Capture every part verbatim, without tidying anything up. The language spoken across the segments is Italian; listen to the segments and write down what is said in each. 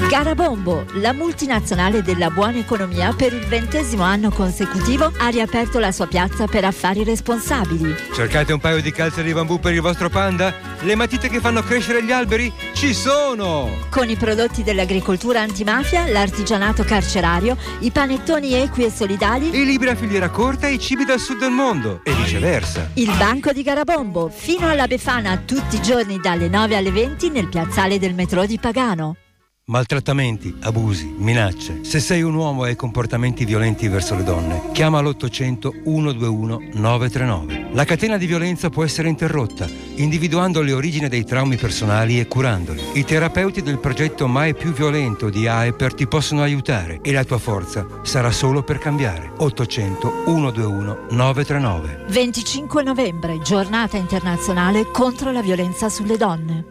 Garabombo, la multinazionale della buona economia, per il ventesimo anno consecutivo ha riaperto la sua piazza per affari responsabili. Cercate un paio di calze di bambù per il vostro panda? Le matite che fanno crescere gli alberi ci sono! Con i prodotti dell'agricoltura antimafia, l'artigianato carcerario, i panettoni equi e solidali, i libri a filiera corta e i cibi dal sud del mondo e viceversa. Il banco di Garabombo, fino alla Befana, tutti i giorni dalle nove alle venti nel piazzale del metro di Pagano. Maltrattamenti, abusi, minacce. Se sei un uomo e hai comportamenti violenti verso le donne, chiama l'ottocento centodue nove tre nove. La catena di violenza può essere interrotta, individuando le origini dei traumi personali e curandoli. I terapeuti del progetto Mai più violento di A E P E R ti possono aiutare e la tua forza sarà solo per cambiare. ottocento centodue nove tre nove. venticinque novembre, giornata internazionale contro la violenza sulle donne.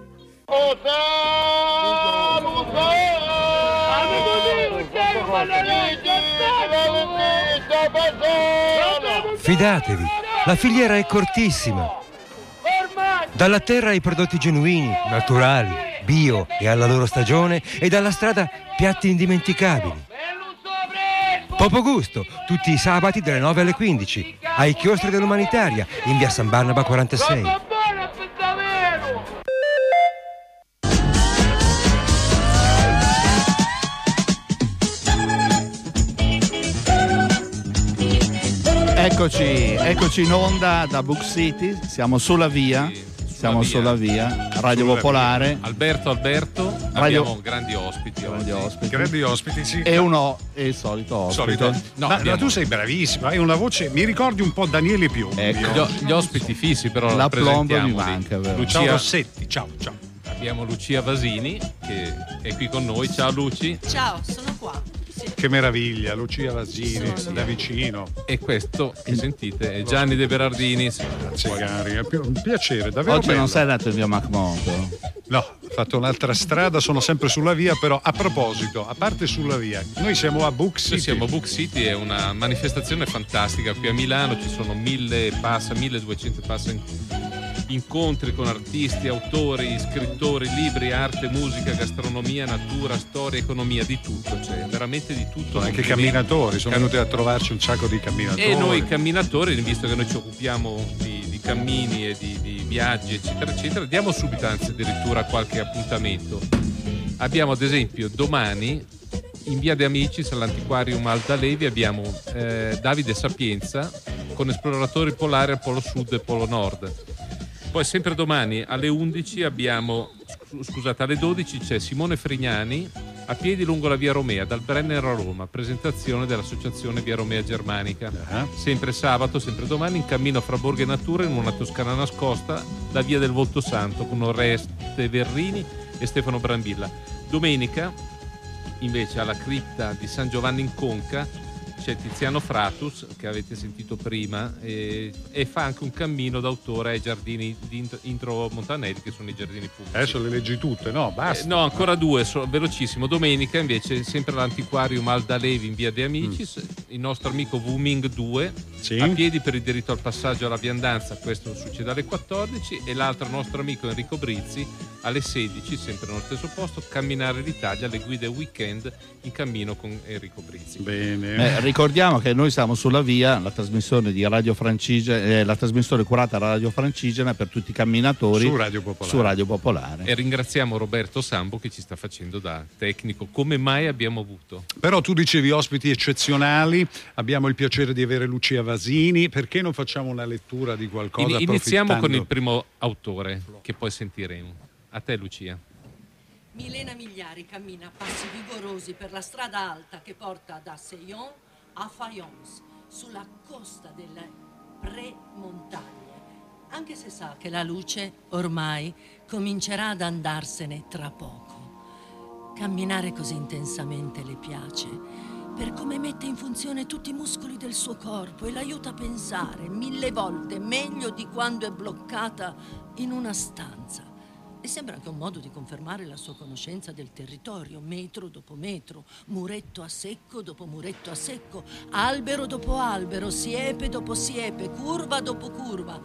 Fidatevi, la filiera è cortissima. Dalla terra ai prodotti genuini, naturali, bio e alla loro stagione, e dalla strada piatti indimenticabili. Popo Gusto, tutti i sabati dalle nove alle quindici, ai chiostri dell'Umanitaria, in via San Barnaba quarantasei. Eccoci, eccoci in onda da Book City, siamo sulla via, sì, siamo sulla via, sulla via Radio sulla Popolare. Via. Alberto, Alberto, Radio... abbiamo grandi ospiti. Grandi oggi. ospiti. Grandi ospiti, sì. E uno e il solito ospite. Solito. No, ma, abbiamo... ma tu sei bravissimo, hai una voce, mi ricordi un po' Daniele Piombo. Ecco. Gli, gli ospiti fissi però la plombo mi manca, vero? Lucia... Ciao Rossetti, ciao, ciao. Abbiamo Lucia Vasini che è qui con noi. Ciao Luci. Ciao, sono qua. Sì. Che meraviglia, Lucia Vasini, Sono. da vicino. E questo che sentite è Gianni De Berardini. Grazie cari, è un piacere, davvero Oggi bello. non sei andato in via Macmoto? No, ho fatto un'altra strada, sono sempre sulla via, però a proposito, a parte sulla via, noi siamo a Book City. Noi siamo a Book City, è una manifestazione fantastica. Qui a Milano ci sono mille passa, milleduecento passa in... incontri con artisti, autori, scrittori, libri, arte, musica, gastronomia, natura, storia, economia, di tutto, cioè veramente di tutto. Anche camminatori, sono venuti a trovarci un sacco di camminatori. E noi camminatori, visto che noi ci occupiamo di, di cammini e di, di viaggi, eccetera, eccetera, diamo subito anzi addirittura qualche appuntamento. Abbiamo ad esempio domani in via De Amicis all'Antiquarium Aldalevi abbiamo eh, Davide Sapienza con esploratori polari al polo sud e polo nord. Poi sempre domani alle undici abbiamo, scusate, alle dodici c'è Simone Frignani a piedi lungo la via Romea, dal Brenner a Roma, presentazione dell'associazione Via Romea Germanica. Uh-huh. Sempre sabato, sempre domani, in cammino fra borghi e natura in una Toscana nascosta, la via del Volto Santo con Oreste Verrini e Stefano Brambilla. Domenica invece alla cripta di San Giovanni in Conca c'è Tiziano Fratus, che avete sentito prima, e, e fa anche un cammino d'autore ai giardini di Intro Montanelli, che sono i giardini pubblici. Adesso le leggi tutte, no? Basta. Eh, no, ancora due, so, velocissimo. Domenica invece sempre all'Antiquarium Aldalevi in via De Amicis, mm. il nostro amico Wuming due, sì. a piedi per il diritto al passaggio alla viandanza, questo succede alle quattordici, e l'altro nostro amico Enrico Brizzi alle sedici, sempre nello stesso posto, Camminare l'Italia, le guide weekend in cammino con Enrico Brizzi. Bene. Eh, ricordiamo che noi siamo sulla via, la trasmissione di Radio Francigena, eh, la trasmissione curata da Radio Francigena per tutti i camminatori su Radio Popolare. Su Radio Popolare. E ringraziamo Roberto Sambo che ci sta facendo da tecnico, come mai abbiamo avuto. Però tu dicevi ospiti eccezionali, abbiamo il piacere di avere Lucia Vasini, perché non facciamo una lettura di qualcosa? In, iniziamo con il primo autore che poi sentiremo. A te Lucia. Milena Migliari cammina a passi vigorosi per la strada alta che porta da Seyon a Fayence, sulla costa delle premontagne, anche se sa che la luce ormai comincerà ad andarsene tra poco. Camminare così intensamente le piace, per come mette in funzione tutti i muscoli del suo corpo e l'aiuta a pensare mille volte meglio di quando è bloccata in una stanza. E sembra anche un modo di confermare la sua conoscenza del territorio, metro dopo metro, muretto a secco dopo muretto a secco, albero dopo albero, siepe dopo siepe, curva dopo curva.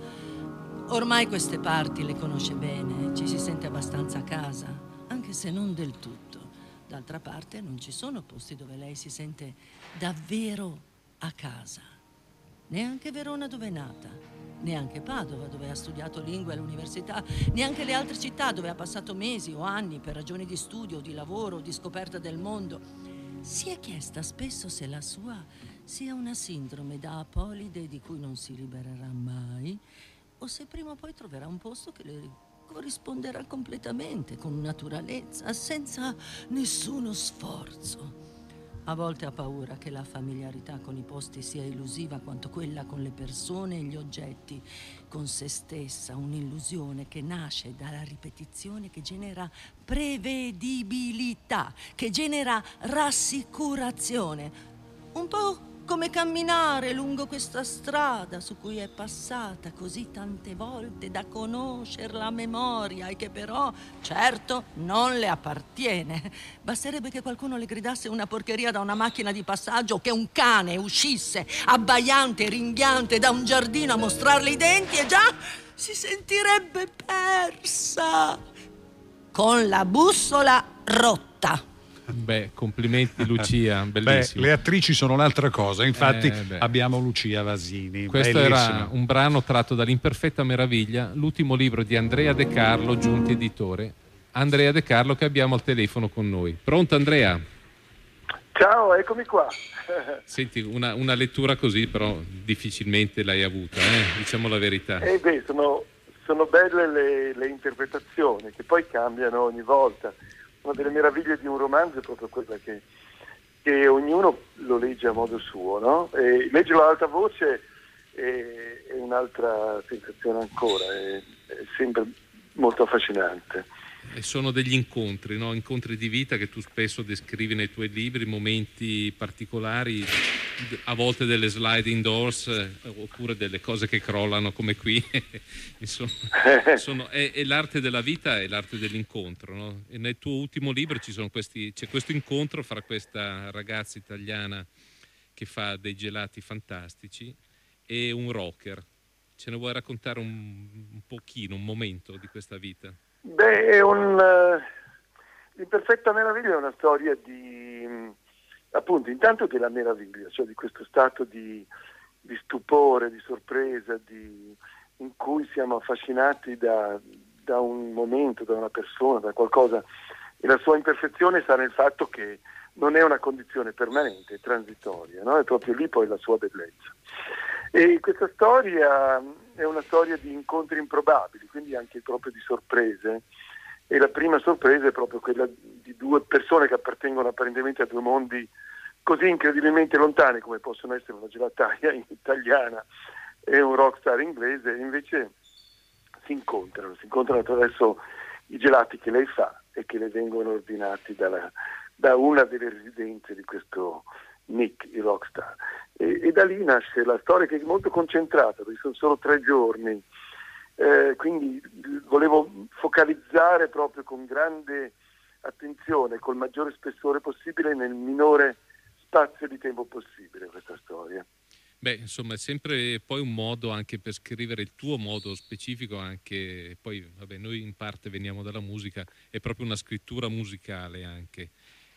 Ormai queste parti le conosce bene, ci si sente abbastanza a casa, anche se non del tutto. D'altra parte non ci sono posti dove lei si sente davvero a casa. Neanche Verona dove è nata, neanche Padova dove ha studiato lingue all'università, neanche le altre città dove ha passato mesi o anni per ragioni di studio, di lavoro, di scoperta del mondo. Si è chiesta spesso se la sua sia una sindrome da apolide di cui non si libererà mai, o se prima o poi troverà un posto che le corrisponderà completamente, con naturalezza, senza nessuno sforzo. A volte ha paura che la familiarità con i posti sia illusiva quanto quella con le persone e gli oggetti, con se stessa, un'illusione che nasce dalla ripetizione, che genera prevedibilità, che genera rassicurazione. Un po' come camminare lungo questa strada su cui è passata così tante volte da conoscerla a memoria e che però, certo, non le appartiene. Basterebbe che qualcuno le gridasse una porcheria da una macchina di passaggio o che un cane uscisse abbaiante e ringhiante da un giardino a mostrarle i denti e già si sentirebbe persa, con la bussola rotta. Beh, complimenti Lucia, bellissimo. Beh, le attrici sono un'altra cosa, infatti Eh, abbiamo Lucia Vasini. Questo bellissima. era un brano tratto dall'Imperfetta Meraviglia, l'ultimo libro di Andrea De Carlo, Giunti Editore. Andrea De Carlo che abbiamo al telefono con noi. Pronto Andrea? Ciao, eccomi qua. Senti, una, una lettura così però difficilmente l'hai avuta, eh? Diciamo la verità. Eh beh, sono, sono belle le, le interpretazioni che poi cambiano ogni volta. Una delle meraviglie di un romanzo è proprio quella che, che ognuno lo legge a modo suo, no? E leggerlo ad alta voce è, è un'altra sensazione ancora, è, è sempre molto affascinante. E sono degli incontri, no? Incontri di vita che tu spesso descrivi nei tuoi libri, momenti particolari, a volte delle sliding doors eh, oppure delle cose che crollano come qui. Insomma, sono, è, è l'arte della vita e l'arte dell'incontro, no? E nel tuo ultimo libro ci sono questi, c'è questo incontro fra questa ragazza italiana che fa dei gelati fantastici e un rocker. Ce ne vuoi raccontare un, un pochino, un momento di questa vita? Beh, è un, uh, l'Imperfetta Meraviglia è una storia di, um, appunto, intanto della meraviglia, cioè di questo stato di, di stupore, di sorpresa, di, in cui siamo affascinati da, da un momento, da una persona, da qualcosa, e la sua imperfezione sta nel fatto che non è una condizione permanente, è transitoria, no? È proprio lì poi la sua bellezza. E questa storia è una storia di incontri improbabili, quindi anche proprio di sorprese, e la prima sorpresa è proprio quella di due persone che appartengono apparentemente a due mondi così incredibilmente lontani come possono essere una gelataia italiana e un rockstar inglese, e invece si incontrano, si incontrano attraverso i gelati che lei fa e che le vengono ordinati dalla, da una delle residenze di questo Nick, il rockstar. E, e da lì nasce la storia, che è molto concentrata, perché sono solo tre giorni, eh, quindi volevo focalizzare proprio con grande attenzione, col maggiore spessore possibile, nel minore spazio di tempo possibile questa storia. Beh, insomma, è sempre poi un modo anche per scrivere il tuo modo specifico, anche poi, vabbè, noi in parte veniamo dalla musica, è proprio una scrittura musicale anche.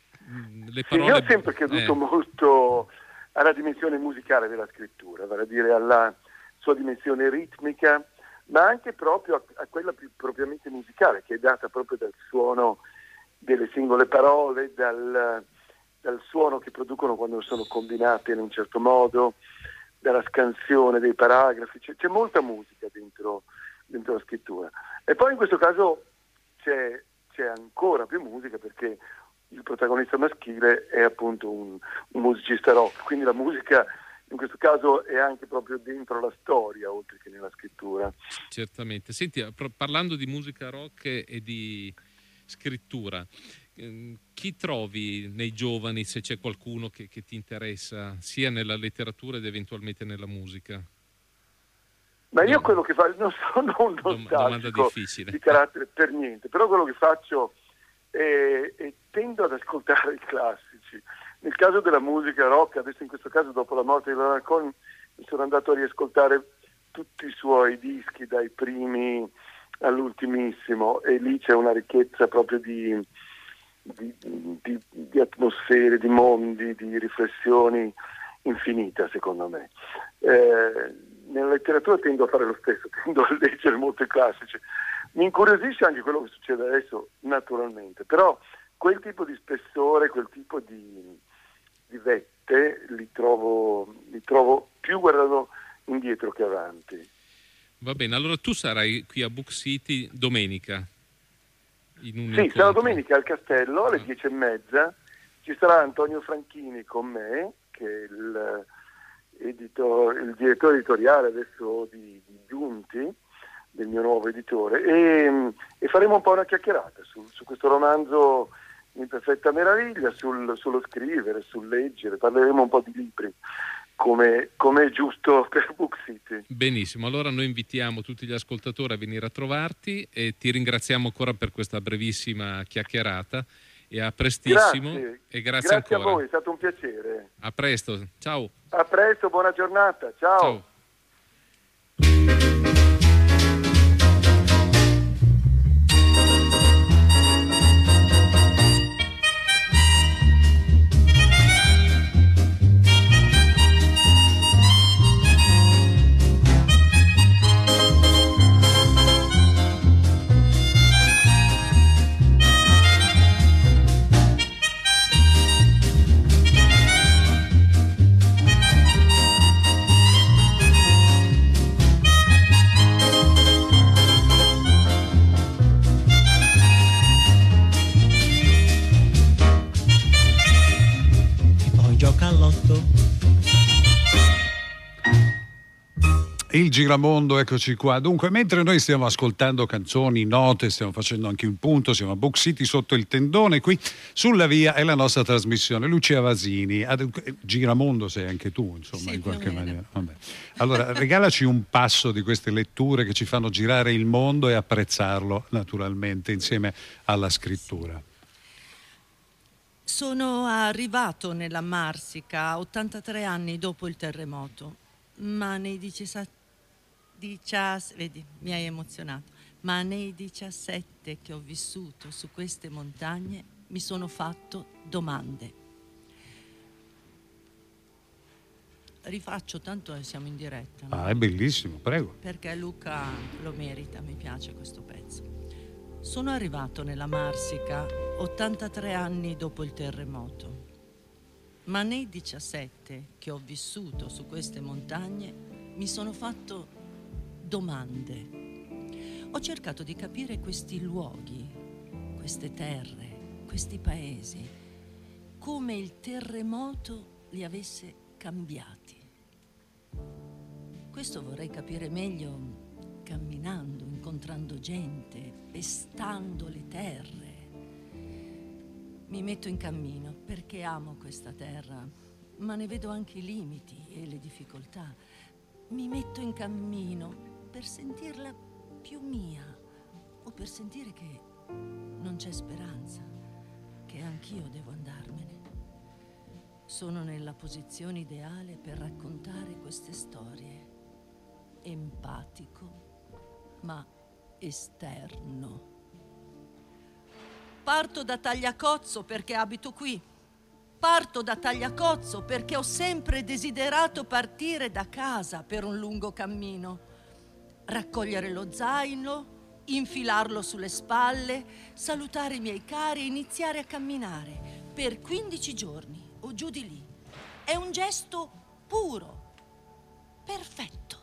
Le parole... Sì, io ho sempre creduto eh. molto alla dimensione musicale della scrittura, vale a dire alla sua dimensione ritmica, ma anche proprio a, a quella più propriamente musicale, che è data proprio dal suono delle singole parole, dal, dal suono che producono quando sono combinate in un certo modo, dalla scansione dei paragrafi. C'è, c'è molta musica dentro, dentro la scrittura. E poi in questo caso c'è, c'è ancora più musica, perché il protagonista maschile è appunto un, un musicista rock, quindi la musica in questo caso è anche proprio dentro la storia, oltre che nella scrittura. Certamente. Senti, parlando di musica rock e di scrittura, chi trovi nei giovani, se c'è qualcuno che, che ti interessa, sia nella letteratura ed eventualmente nella musica? Ma io no. quello che faccio, non sono un nostalgico di carattere per niente, però quello che faccio è, è tendo ad ascoltare i classici. Nel caso della musica rock, adesso in questo caso dopo la morte di Leonard Cohen, mi sono andato a riascoltare tutti i suoi dischi dai primi all'ultimissimo, e lì c'è una ricchezza proprio di, di, di, di atmosfere, di mondi, di riflessioni infinita, secondo me. Eh, nella letteratura tendo a fare lo stesso, tendo a leggere molto i classici. Mi incuriosisce anche quello che succede adesso, naturalmente, però quel tipo di spessore, quel tipo di, di vette li trovo, li trovo più guardando indietro che avanti. Va bene, allora tu sarai qui a Book City domenica. In un sì, incontro. sarà domenica al Castello alle dieci e mezza. Ci sarà Antonio Franchini con me, che è il, editor, il direttore editoriale adesso di, di Giunti, del mio nuovo editore, e, e faremo un po' una chiacchierata su, su questo romanzo in perfetta meraviglia, sul, sullo scrivere, sul leggere, parleremo un po' di libri, come, come è giusto per Book City. Benissimo, allora noi invitiamo tutti gli ascoltatori a venire a trovarti e ti ringraziamo ancora per questa brevissima chiacchierata e a prestissimo. Grazie, e grazie, grazie ancora. a voi, è stato un piacere. A presto, ciao. A presto, buona giornata, ciao. Ciao. Il Giramondo, eccoci qua. Dunque, mentre noi stiamo ascoltando canzoni, note, stiamo facendo anche un punto, siamo a Book City sotto il tendone, qui sulla via è la nostra trasmissione. Lucia Vasini, Giramondo sei anche tu, insomma, sì, in qualche meno. maniera. Vabbè. Allora, regalaci un passo di queste letture che ci fanno girare il mondo e apprezzarlo naturalmente insieme alla scrittura. Sono arrivato nella Marsica ottantatré anni dopo il terremoto, ma nei diciassette vedi, mi hai emozionato, ma nei diciassette che ho vissuto su queste montagne mi sono fatto domande. Rifaccio, tanto siamo in diretta, no? Ah, è bellissimo, prego. Perché Luca lo merita, mi piace questo pezzo. Sono arrivato nella Marsica ottantatré anni dopo il terremoto, ma nei diciassette che ho vissuto su queste montagne mi sono fatto domande. Ho cercato di capire questi luoghi, queste terre, questi paesi, come il terremoto li avesse cambiati. Questo vorrei capire meglio camminando, incontrando gente, pestando le terre. Mi metto in cammino perché amo questa terra, ma ne vedo anche i limiti e le difficoltà. Mi metto in cammino per sentirla più mia o per sentire che non c'è speranza, che anch'io devo andarmene. Sono nella posizione ideale per raccontare queste storie. Empatico, ma esterno. Parto da Tagliacozzo perché abito qui. Parto da Tagliacozzo perché ho sempre desiderato partire da casa per un lungo cammino. Raccogliere lo zaino, infilarlo sulle spalle, salutare i miei cari e iniziare a camminare per quindici giorni o giù di lì. È un gesto puro, perfetto.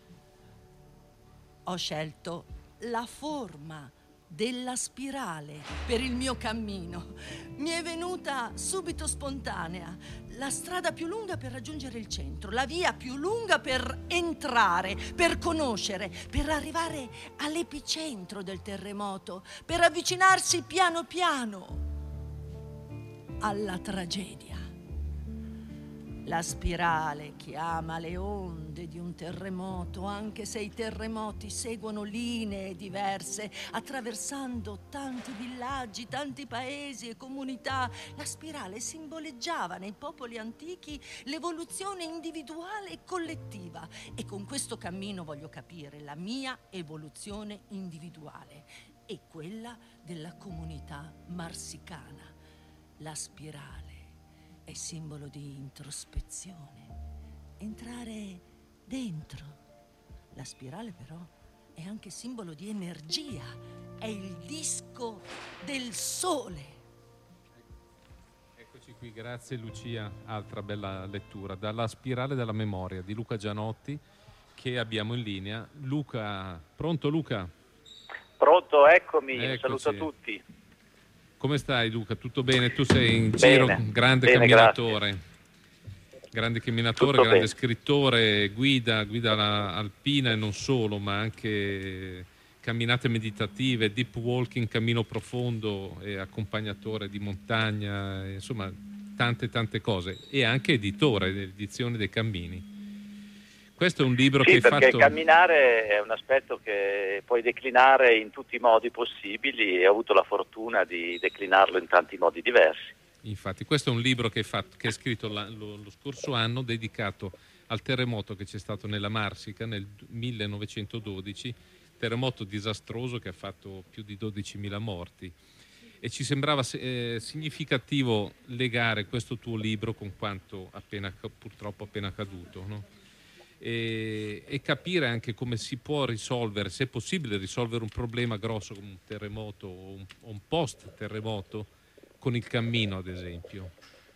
Ho scelto la forma della spirale per il mio cammino. Mi è venuta subito spontanea la strada più lunga per raggiungere il centro, la via più lunga per entrare, per conoscere, per arrivare all'epicentro del terremoto, per avvicinarsi piano piano alla tragedia. La spirale chiama le onde di un terremoto, anche se i terremoti seguono linee diverse, attraversando tanti villaggi, tanti paesi e comunità. La spirale simboleggiava nei popoli antichi l'evoluzione individuale e collettiva. E con questo cammino voglio capire la mia evoluzione individuale. e quella della comunità marsicana. La spirale è simbolo di introspezione, entrare dentro. La spirale però è anche simbolo di energia, è il disco del sole. Eccoci qui, grazie Lucia, altra bella lettura dalla Spirale della memoria di Luca Gianotti, che abbiamo in linea. Luca, pronto Luca? Pronto, eccomi, Eccoci. saluto a tutti. Come stai Luca? Tutto bene? Tu sei in giro, Bene, grande bene, camminatore. grazie. Grande camminatore, Tutto grande bene. scrittore, guida, guida la- alpina e non solo, ma anche camminate meditative, deep walking, cammino profondo e accompagnatore di montagna, insomma tante tante cose. E anche editore dell'edizione dei cammini. Questo è un libro Sì, che hai perché fatto... camminare è un aspetto che puoi declinare in tutti i modi possibili e ho avuto la fortuna di declinarlo in tanti modi diversi. Infatti, questo è un libro che hai, fatto, che hai scritto la- lo, lo scorso anno, dedicato al terremoto che c'è stato nella Marsica nel millenovecentododici, terremoto disastroso che ha fatto più di dodicimila morti. E ci sembrava eh, significativo legare questo tuo libro con quanto appena, purtroppo appena accaduto, no? E, e capire anche come si può risolvere, se è possibile risolvere un problema grosso come un terremoto o un, o un post terremoto con il cammino, ad esempio.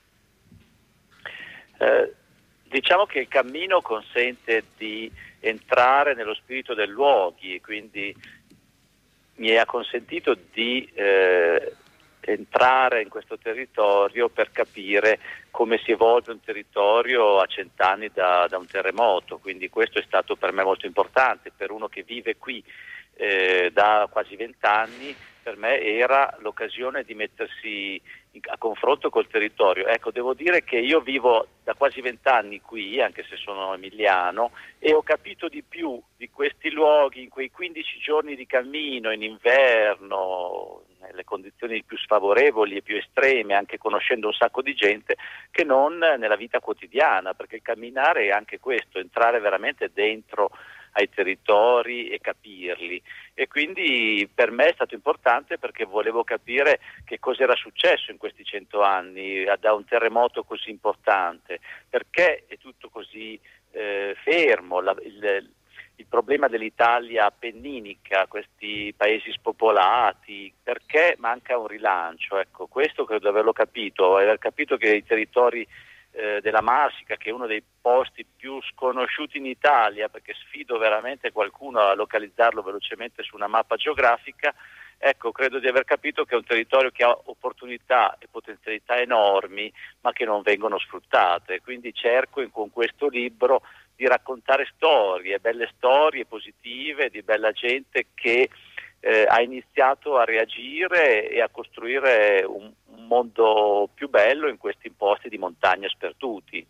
Eh, diciamo che il cammino consente di entrare nello spirito dei luoghi, quindi mi ha consentito di eh, entrare in questo territorio per capire come si evolve un territorio a cent'anni da, da un terremoto, quindi questo è stato per me molto importante. Per uno che vive qui eh, da quasi vent'anni, per me era l'occasione di mettersi in, a confronto col territorio. Ecco, devo dire che io vivo da quasi vent'anni qui, anche se sono emiliano, e ho capito di più di questi luoghi in quei quindici giorni di cammino in inverno, nelle condizioni più sfavorevoli e più estreme, anche conoscendo un sacco di gente, che non nella vita quotidiana, perché il camminare è anche questo, entrare veramente dentro ai territori e capirli. E quindi per me è stato importante perché volevo capire che cosa era successo in questi cento anni da un terremoto così importante, perché è tutto così eh, fermo, la, il, il problema dell'Italia appenninica, questi paesi spopolati, perché manca un rilancio. Ecco, questo credo di averlo capito, aver capito che i territori eh, della Marsica, che è uno dei posti più sconosciuti in Italia, perché sfido veramente qualcuno a localizzarlo velocemente su una mappa geografica, ecco, credo di aver capito che è un territorio che ha opportunità e potenzialità enormi, ma che non vengono sfruttate. Quindi cerco in, con questo libro di raccontare storie, belle storie positive, di bella gente che eh, ha iniziato a reagire e a costruire un, un mondo più bello in questi posti di montagna sperduti.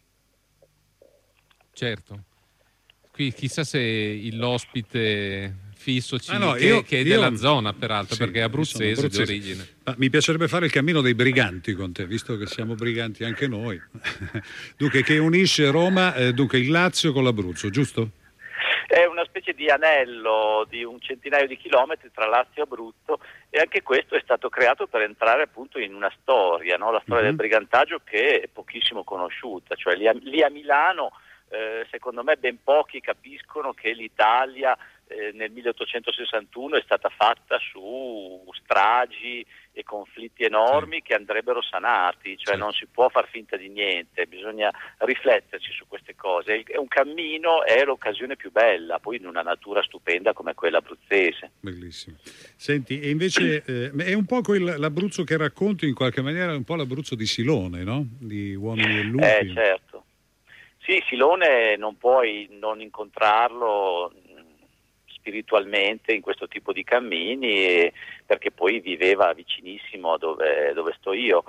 Certo. Qui chissà se l'ospite fisso ci, Ah, no, che, io- che è io- della zona, peraltro, Sì, perché è io sono abruzzese, abruzzese. di origine. Ma mi piacerebbe fare il cammino dei briganti con te, visto che siamo briganti anche noi. Dunque, che unisce Roma, eh, dunque il Lazio con l'Abruzzo, giusto? È una specie di anello di un centinaio di chilometri tra Lazio e Abruzzo, e anche questo è stato creato per entrare appunto in una storia, no? La storia Mhm. del brigantaggio, che è pochissimo conosciuta. Cioè lì a, lì a Milano eh, secondo me ben pochi capiscono che l'Italia eh, nel milleottocentosessantuno è stata fatta su stragi e conflitti enormi, sì, che andrebbero sanati, cioè, sì, non si può far finta di niente, bisogna rifletterci su queste cose. È un cammino, è l'occasione più bella, poi in una natura stupenda come quella abruzzese. Bellissimo. Senti, e invece eh, è un po' quel, l'Abruzzo che racconti in qualche maniera, è un po' l'Abruzzo di Silone, no? Di Uomini e Lupi. Eh, certo. Sì, Silone non puoi non incontrarlo spiritualmente in questo tipo di cammini, perché poi viveva vicinissimo a dove, dove sto io,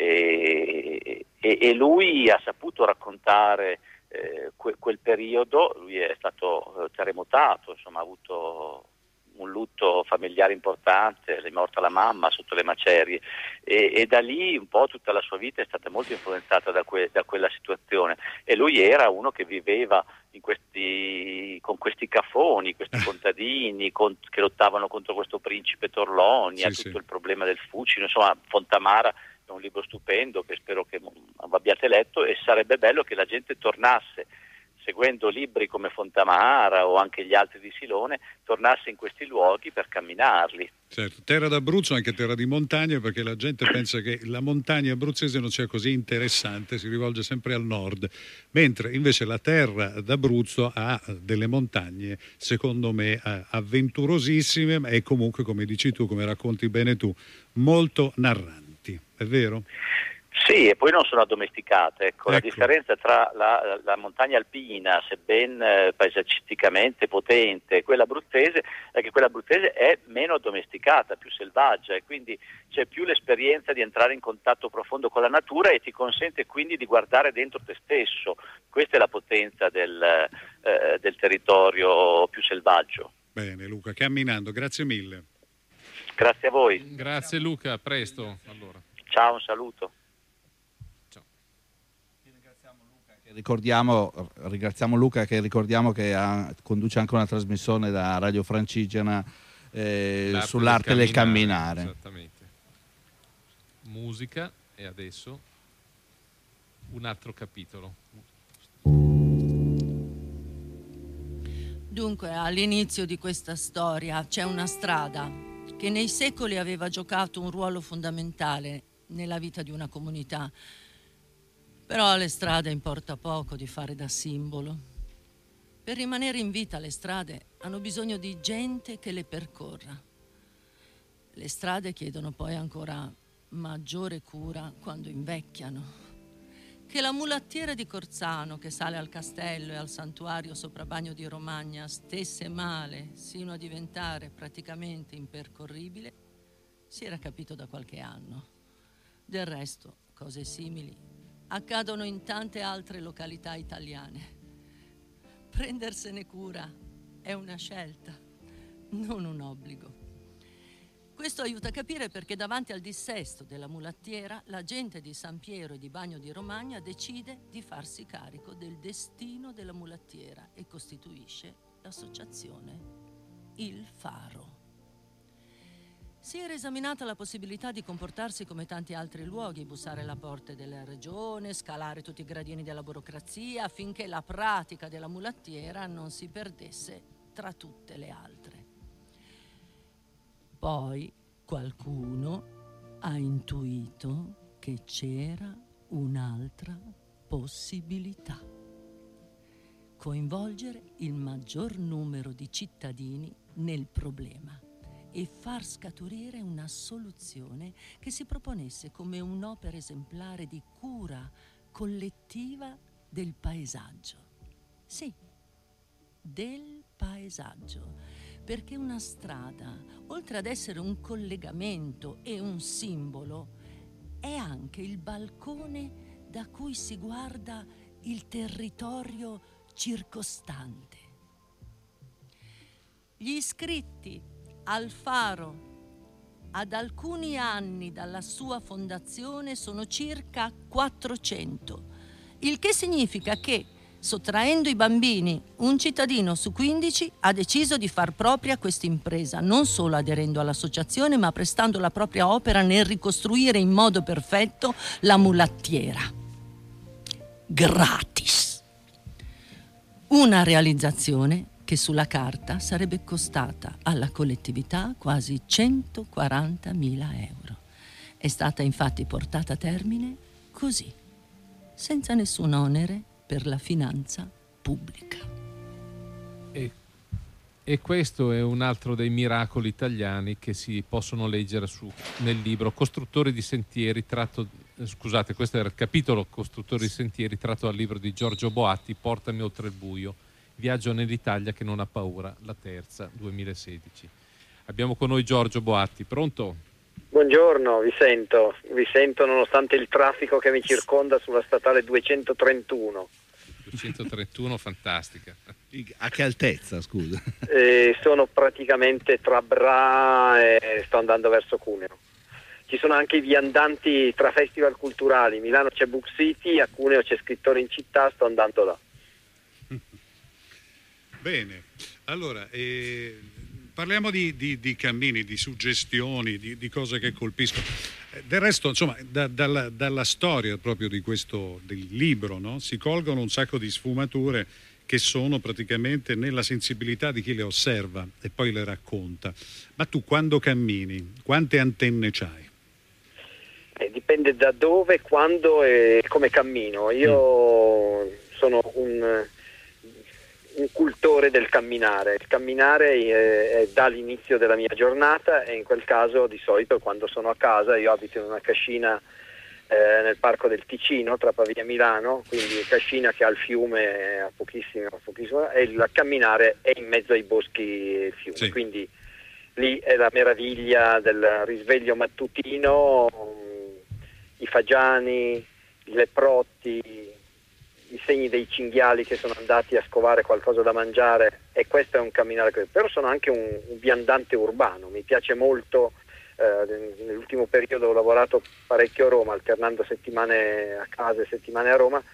e, e, e lui ha saputo raccontare eh, que, quel periodo. Lui è stato terremotato, insomma ha avuto un lutto familiare importante, è morta la mamma sotto le macerie, e, e, e da lì un po' tutta la sua vita è stata molto influenzata da, que, da quella situazione, e lui era uno che viveva in questi, con questi cafoni, questi contadini con, che lottavano contro questo principe Torlonia, sì, tutto sì. il problema del fucino, insomma Fontamara è un libro stupendo che spero che abbiate letto, e sarebbe bello che la gente tornasse, seguendo libri come Fontamara o anche gli altri di Silone, tornasse in questi luoghi per camminarli. Certo, terra d'Abruzzo, anche terra di montagna, perché la gente pensa che la montagna abruzzese non sia così interessante, si rivolge sempre al nord, mentre invece la terra d'Abruzzo ha delle montagne, secondo me, avventurosissime, ma è comunque, come dici tu, come racconti bene tu, molto narranti, è vero? Sì, e poi non sono addomesticate. Ecco, ecco. La differenza tra la, la montagna alpina, sebbene eh, paesaggisticamente potente, e quella abruzzese, è che quella abruzzese è meno addomesticata, più selvaggia, e quindi c'è più l'esperienza di entrare in contatto profondo con la natura, e ti consente quindi di guardare dentro te stesso. Questa è la potenza del, eh, del territorio più selvaggio. Bene Luca, camminando, grazie mille. Grazie a voi. Grazie Luca, a presto. Allora. Ciao, un saluto. Ricordiamo, ringraziamo Luca, che ricordiamo che ha, conduce anche una trasmissione da Radio Francigena eh, sull'arte del camminare. Esattamente. Musica, e adesso un altro capitolo. Dunque, all'inizio di questa storia c'è una strada che nei secoli aveva giocato un ruolo fondamentale nella vita di una comunità. Però alle strade importa poco di fare da simbolo. Per rimanere in vita le strade hanno bisogno di gente che le percorra. Le strade chiedono poi ancora maggiore cura quando invecchiano. Che la mulattiera di Corzano, che sale al castello e al santuario sopra Bagno di Romagna, stesse male sino a diventare praticamente impercorribile, si era capito da qualche anno. Del resto, cose simili accadono in tante altre località italiane. Prendersene cura è una scelta, non un obbligo. Questo aiuta a capire perché davanti al dissesto della mulattiera la gente di San Piero e di Bagno di Romagna decide di farsi carico del destino della mulattiera e costituisce l'associazione Il Faro. Si era esaminata la possibilità di comportarsi come tanti altri luoghi, bussare alle porte della regione, scalare tutti i gradini della burocrazia affinché la pratica della mulattiera non si perdesse tra tutte le altre. Poi qualcuno ha intuito che c'era un'altra possibilità: coinvolgere il maggior numero di cittadini nel problema e far scaturire una soluzione che si proponesse come un'opera esemplare di cura collettiva del paesaggio. Sì, del paesaggio, perché una strada, oltre ad essere un collegamento e un simbolo, è anche il balcone da cui si guarda il territorio circostante. Gli iscritti al Faro ad alcuni anni dalla sua fondazione sono circa quattrocento, il che significa che, sottraendo i bambini, un cittadino su quindici ha deciso di far propria questa impresa, non solo aderendo all'associazione, ma prestando la propria opera nel ricostruire in modo perfetto la mulattiera. Gratis. Una realizzazione che sulla carta sarebbe costata alla collettività quasi centoquarantamila euro. È stata infatti portata a termine così, senza nessun onere per la finanza pubblica. E, e questo è un altro dei miracoli italiani che si possono leggere su, nel libro Costruttori di sentieri, tratto, eh, scusate, questo era il capitolo Costruttori di sentieri, tratto dal libro di Giorgio Boatti, Portami oltre il buio. Viaggio nell'Italia che non ha paura, la terza, duemilasedici. Abbiamo con noi Giorgio Boatti, pronto? Buongiorno, vi sento, vi sento nonostante il traffico che mi circonda sulla statale duecentotrentuno. duecentotrentuno, fantastica. A che altezza, scusa? Eh, sono praticamente tra Bra e sto andando verso Cuneo. ci sono anche i viandanti tra festival culturali. Milano c'è Book City, a Cuneo c'è Scrittori in città, sto andando là. Bene, allora eh, parliamo di, di, di cammini, di suggestioni, di, di cose che colpiscono. Del resto, insomma, da, dalla, dalla storia proprio di questo del libro, no? Si colgono un sacco di sfumature che sono praticamente nella sensibilità di chi le osserva e poi le racconta. Ma tu quando cammini, quante antenne c'hai? Eh, dipende da dove, quando e come cammino. Io mm. sono un, un cultore del camminare. Il camminare è, è dall'inizio della mia giornata, e in quel caso di solito quando sono a casa, io abito in una cascina eh, nel Parco del Ticino tra Pavia e Milano, quindi cascina che ha il fiume a pochissimo, a pochissimo, e il camminare è in mezzo ai boschi e il fiume, sì. Quindi lì è la meraviglia del risveglio mattutino, i fagiani, i leprotti, i segni dei cinghiali che sono andati a scovare qualcosa da mangiare, e questo è un camminare. Però sono anche un, un viandante urbano, mi piace molto, eh, nell'ultimo periodo ho lavorato parecchio a Roma, alternando settimane a casa e settimane a Roma,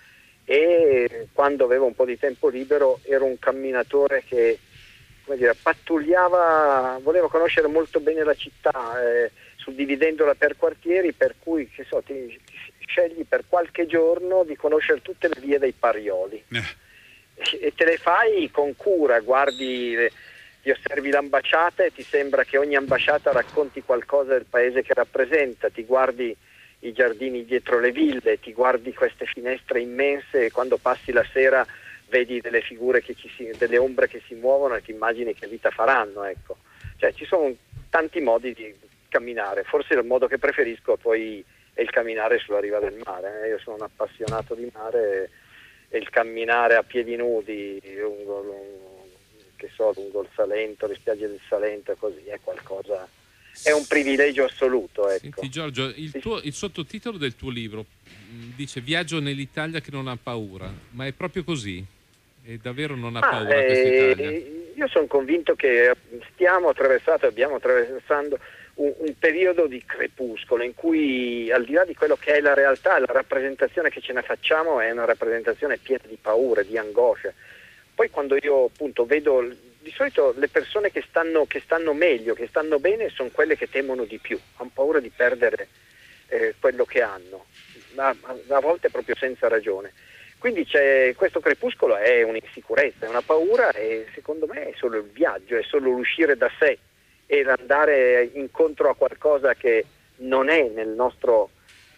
e quando avevo un po' di tempo libero ero un camminatore che, come dire, pattugliava, volevo conoscere molto bene la città, eh, suddividendola per quartieri, per cui che so, ti, ti scegli per qualche giorno di conoscere tutte le vie dei Parioli eh. e, e te le fai con cura, guardi, ti osservi l'ambasciata e ti sembra che ogni ambasciata racconti qualcosa del paese che rappresenta, ti guardi i giardini dietro le ville, ti guardi queste finestre immense, e quando passi la sera vedi delle figure che ci si, delle ombre che si muovono e ti immagini che vita faranno, ecco. Cioè ci sono tanti modi di camminare, forse il modo che preferisco poi è il camminare sulla riva del mare, eh. Io sono un appassionato di mare, e, e il camminare a piedi nudi lungo, lungo, che so, lungo il Salento, le spiagge del Salento e così, è qualcosa, è un privilegio assoluto, ecco. Senti Giorgio, il, tuo, il sottotitolo del tuo libro dice Viaggio nell'Italia che non ha paura, ma è proprio così? E davvero non ha ah, paura eh, questa Italia? Io sono convinto che stiamo attraversando, abbiamo attraversando un, un periodo di crepuscolo in cui, al di là di quello che è la realtà, la rappresentazione che ce ne facciamo è una rappresentazione piena di paure, di angosce. Poi quando io appunto vedo, di solito le persone che stanno, che stanno meglio, che stanno bene, sono quelle che temono di più, hanno paura di perdere eh, quello che hanno, ma a volte proprio senza ragione. Quindi c'è, questo crepuscolo è un'insicurezza, è una paura, e secondo me è solo il viaggio, è solo l'uscire da sé e andare incontro a qualcosa che non è nel nostro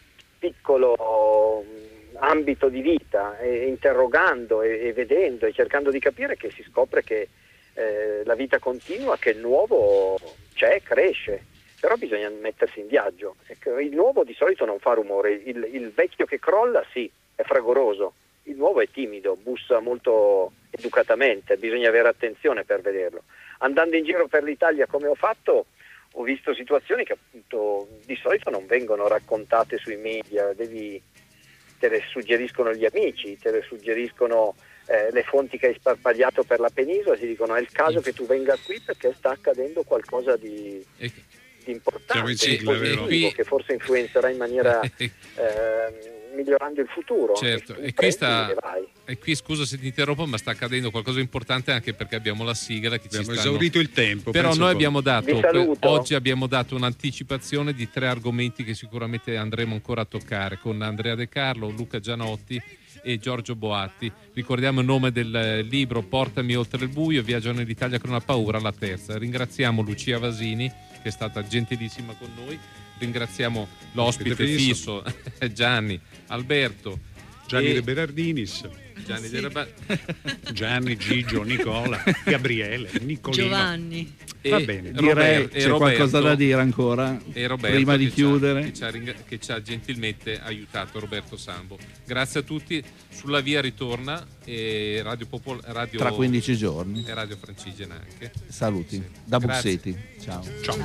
piccolo ambito di vita, e interrogando e, e vedendo e cercando di capire, che si scopre che eh, la vita continua, che il nuovo c'è, cresce, però bisogna mettersi in viaggio. Il nuovo di solito non fa rumore, il, il vecchio che crolla sì, è fragoroso. Il nuovo è timido, bussa molto educatamente, bisogna avere attenzione per vederlo. Andando in giro per l'Italia come ho fatto, ho visto situazioni che appunto di solito non vengono raccontate sui media, devi, te le suggeriscono gli amici, te le suggeriscono eh, le fonti che hai sparpagliato per la penisola, ti dicono è il caso che tu venga qui perché sta accadendo qualcosa di, di importante, sigla, di positivo, che forse influenzerà in maniera... Eh, migliorando il futuro. Certo, e, e qui sta e qui scusa se ti interrompo, ma sta accadendo qualcosa di importante, anche perché abbiamo la sigla che abbiamo ci stanno... esaurito il tempo. Però noi abbiamo dato que- oggi abbiamo dato un'anticipazione di tre argomenti che sicuramente andremo ancora a toccare con Andrea De Carlo, Luca Gianotti e Giorgio Boatti. Ricordiamo il nome del libro Portami oltre il buio, Viaggio nell'Italia che non ha paura, la terza. Ringraziamo Lucia Vasini che è stata gentilissima con noi. Ringraziamo l'ospite fisso, Gianni, Alberto, Gianni e... De Berardinis, Gianni, sì. De Reba... Gianni, Gigio, Nicola, Gabriele, Nicolino. Giovanni. Va e bene, direi Robert, c'è qualcosa da dire ancora e Roberto, prima di che chiudere, ci ha, che, ci ha ringa- che ci ha gentilmente aiutato, Roberto Sambo. Grazie a tutti. Sulla via ritorna e Radio Popol- Radio tra quindici giorni, e Radio Francigena anche. saluti Sì. da Book Grazie. City, ciao.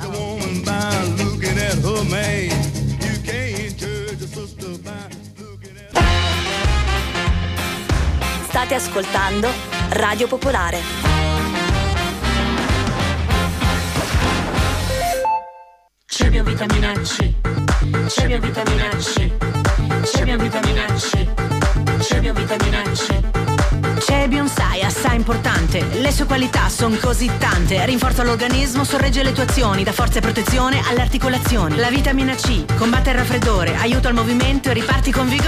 State ascoltando Radio Popolare. Cebion vitamina C, Cebion vitamina C, Cebion vitamina C, Cebion vitamina C. Cebion sai, assai importante, le sue qualità sono così tante, rinforza l'organismo, sorregge le tue azioni, dà forza e protezione alle articolazioni. La vitamina C combatte il raffreddore, aiuta il movimento e riparti con vigore.